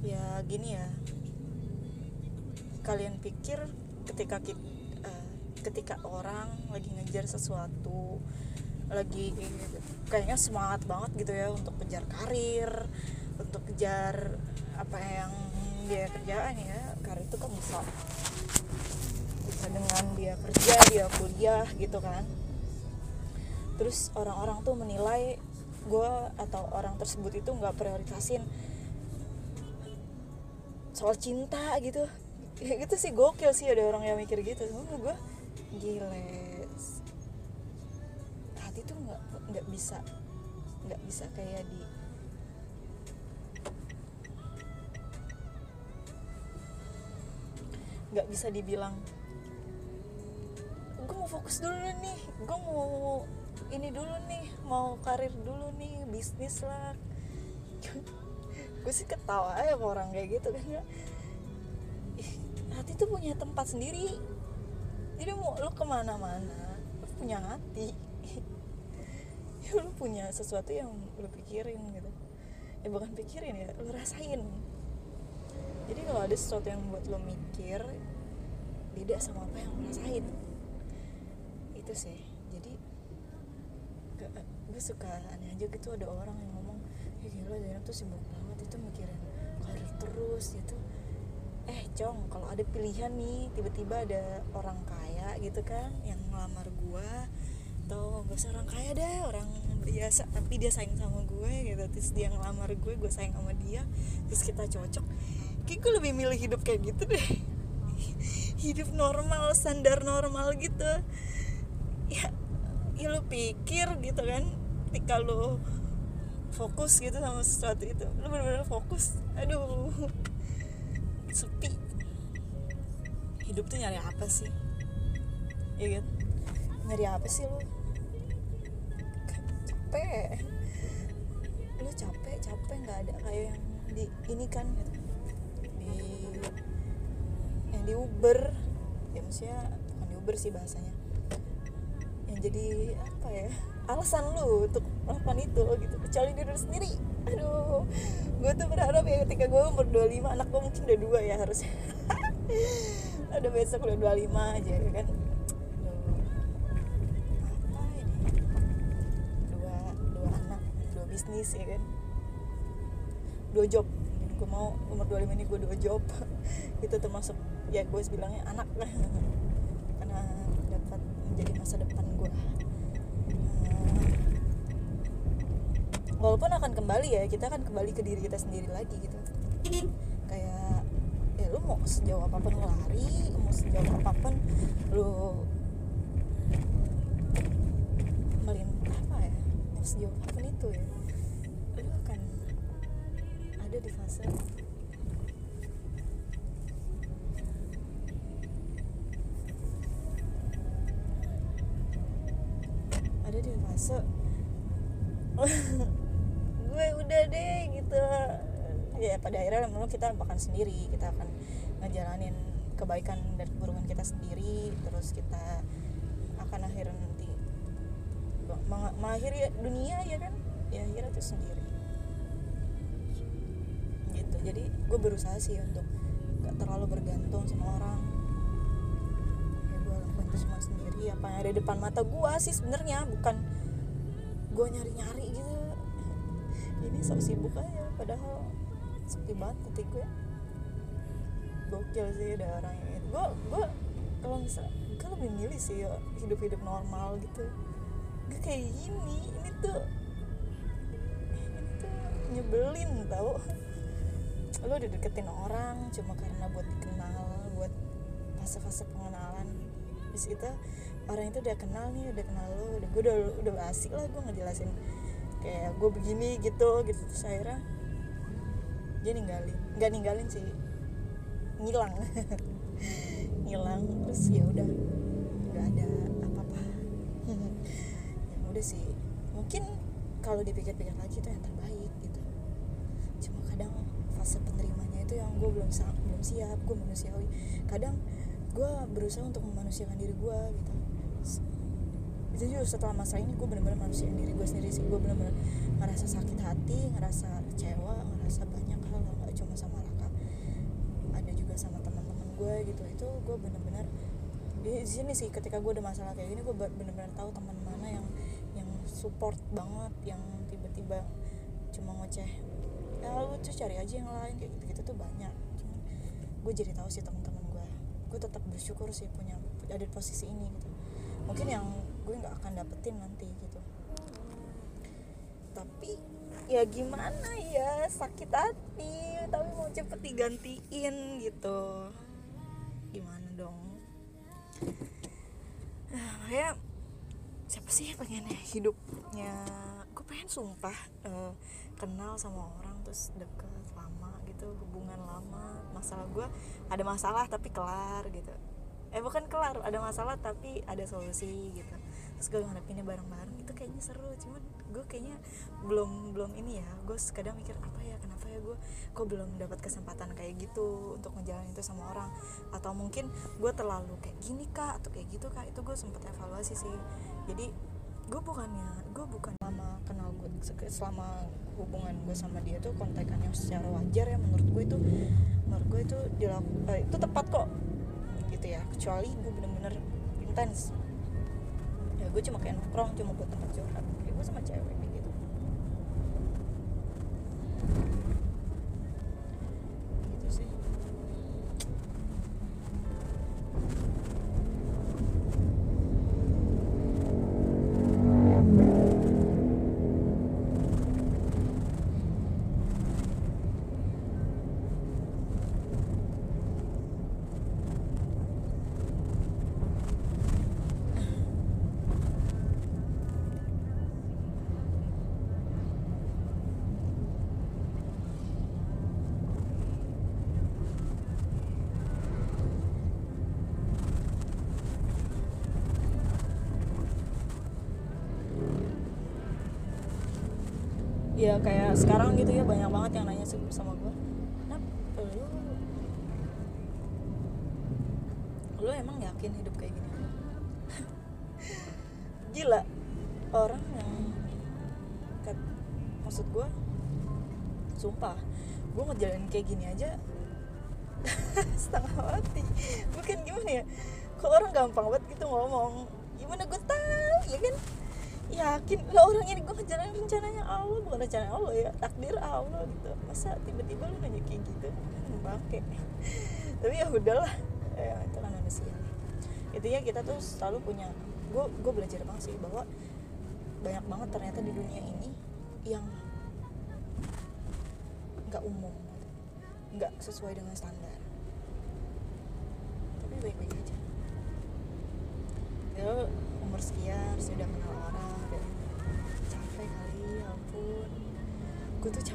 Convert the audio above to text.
Ya gini ya, kalian pikir ketika orang lagi ngejar sesuatu, lagi kayaknya semangat banget gitu ya untuk kejar karir, untuk kejar apa yang dia kerjaan ya. Karir itu kan bisa dengan dia kerja, dia kuliah gitu kan. Terus orang-orang tuh menilai gue atau orang tersebut itu nggak prioritasin soal cinta gitu. Ya gitu sih, gokil sih ada orang yang mikir gitu. Sama gue gile, hati tuh nggak bisa kayak nggak bisa dibilang gue mau fokus dulu nih, gue mau ini dulu nih, mau karir dulu nih, bisnis lah. Gue sih ketawa aja sama orang kayak gitu kan ya. Hati tuh punya tempat sendiri, jadi mau lu kemana-mana lu punya hati. Ya lu punya sesuatu yang lu pikirin gitu, ya bukan pikirin ya, lu rasain. Jadi kalau ada sesuatu yang buat lu mikir beda sama apa yang lu rasain, itu sih. Jadi gue suka aneh aja gitu ada orang yang ngomong ya gila Zainab tuh sibuk banget itu mikirin karir terus gitu. Cong, kalau ada pilihan nih, tiba-tiba ada orang kaya gitu kan yang ngelamar gue, atau gak usah orang kaya deh, orang biasa tapi dia sayang sama gue gitu, terus dia ngelamar gue sayang sama dia, terus kita cocok, kayak gue lebih milih hidup kayak gitu deh. Hidup normal, standar normal gitu ya. Ya lu pikir gitu kan, ketika lu fokus gitu sama sesuatu itu, lu bener-bener fokus, aduh sepi. Hidup tuh nyari apa sih, ya kan? Nyari apa sih lu? Capek, lu capek nggak ada kayak yang di ini kan gitu, yang di Uber ya, maksudnya bukan di Uber sih bahasanya, yang jadi apa ya, alasan lu untuk melakukan itu gitu, kecuali diri sendiri. Aduh, gue tuh berharap ya ketika gue umur 25, anak gue mungkin udah 2 ya harusnya. Ada besok udah 25 aja ya kan. Apa ini? Dua anak, 2 bisnis ya kan. 2 job. Gue mau umur 25 ini gue 2 job. Itu termasuk ya gue bilangnya anak lah. Karena dapat menjadi masa depan gue. Walaupun akan kembali ya, kita akan kembali ke diri kita sendiri lagi gitu. Kayak ya lu mau sejauh apapun lu lari, mau sejauh apapun lu melintah apa ya, mau sejauh apapun itu ya, lu akan ada di fase gue udah deh gitu ya. Pada akhirnya memang kita akan sendiri, kita akan ngejalanin kebaikan dan keburukan kita sendiri, terus kita akan akhirnya nanti mengakhiri dunia ya kan, ya akhirnya itu sendiri gitu. Jadi gue berusaha sih untuk gak terlalu bergantung sama orang ya. Gue lakukan itu semua sendiri, apa yang ada di depan mata gue sih sebenarnya, bukan gue nyari-nyari gitu. Ini sok sibuk aja, padahal sepi banget hati gue. Gokil sih ada orang yang itu. Gue kalau misalnya gue lebih milih sih ya, hidup normal gitu. Gue kayak gini, ini tuh nyebelin tau. Lo udah deketin orang cuma karena buat dikenal, buat fase-fase pengenalan. Terus itu orang itu udah kenal lo, gue udah asik lah gue ngejelasin kayak gue begini gitu terus akhirnya dia nggak ninggalin sih, ngilang. Terus ya udah nggak ada apa-apa. Ya udah sih, mungkin kalau dipikir-pikir lagi itu yang terbaik gitu. Cuma kadang fase penerimanya itu yang gue belum siap. Gue manusiawi, kadang gue berusaha untuk memanusiakan diri gue gitu. Itu juga setelah masa ini gue benar-benar manusiain diri gue sendiri sih. Gue benar-benar ngerasa sakit hati, ngerasa kecewa, ngerasa banyak hal, gak cuma sama Raka gue gitu. Itu gue bener-bener di sini sih, ketika gue ada masalah kayak gini gue bener-bener tahu teman mana yang support banget, yang tiba-tiba cuma ngoceh ya lu tuh cari aja yang lain kayak gitu tuh banyak. Cuman gue jadi tahu sih teman-teman gue tetap bersyukur sih punya ada di posisi ini gitu. Mungkin yang gue nggak akan dapetin nanti gitu, tapi ya gimana ya, sakit hati tapi mau cepet digantiin gitu, gimana dong. Kayak siapa sih pengennya hidupnya, gue pengen sumpah kenal sama orang terus deket lama gitu, hubungan lama, masalah gue ada masalah tapi kelar gitu, bukan kelar, ada masalah tapi ada solusi gitu, terus gue ngadepinnya bareng-bareng. Itu kayaknya seru, cuman gue kayaknya belum ini ya, gue kadang mikir kenapa ya gue kok belum dapat kesempatan kayak gitu untuk ngejalanin itu sama orang, atau mungkin gue terlalu kayak gini kak atau kayak gitu kak. Itu gue sempet evaluasi sih. Jadi gue bukan lama kenal gue, selama hubungan gue sama dia tuh kontekannya secara wajar ya, menurut gue itu itu tepat kok gitu ya, kecuali gue bener-bener intens ya, gue cuma kayak nongkrong cuma buat tempat curhat kayak gue sama cewek kayak gitu sih. Ya kayak sekarang gitu ya, banyak banget yang nanya sama gue, lu emang yakin hidup kayak gini? Gila, orang yang maksud gue, sumpah gue ngejalanin kayak gini aja setengah mati. Bukan gimana ya, kok orang gampang banget gitu ngomong, gimana gue tahu ya kan, yakin lah orang ini gue ngejalanin rencananya Allah, bukan rencana Allah ya, takdir Allah gitu. Masa tiba-tiba lu nanya kayak gitu, bangke. Tapi ya udahlah, itu kan manusia. Intinya kita tuh selalu punya, gue belajar banget sih bahwa banyak banget ternyata di dunia ini yang nggak umum, nggak sesuai dengan standar, tapi baik-baik aja. Ya umur sekian sudah kenal orang, udah capek kali, ya ampun, gue tuh capek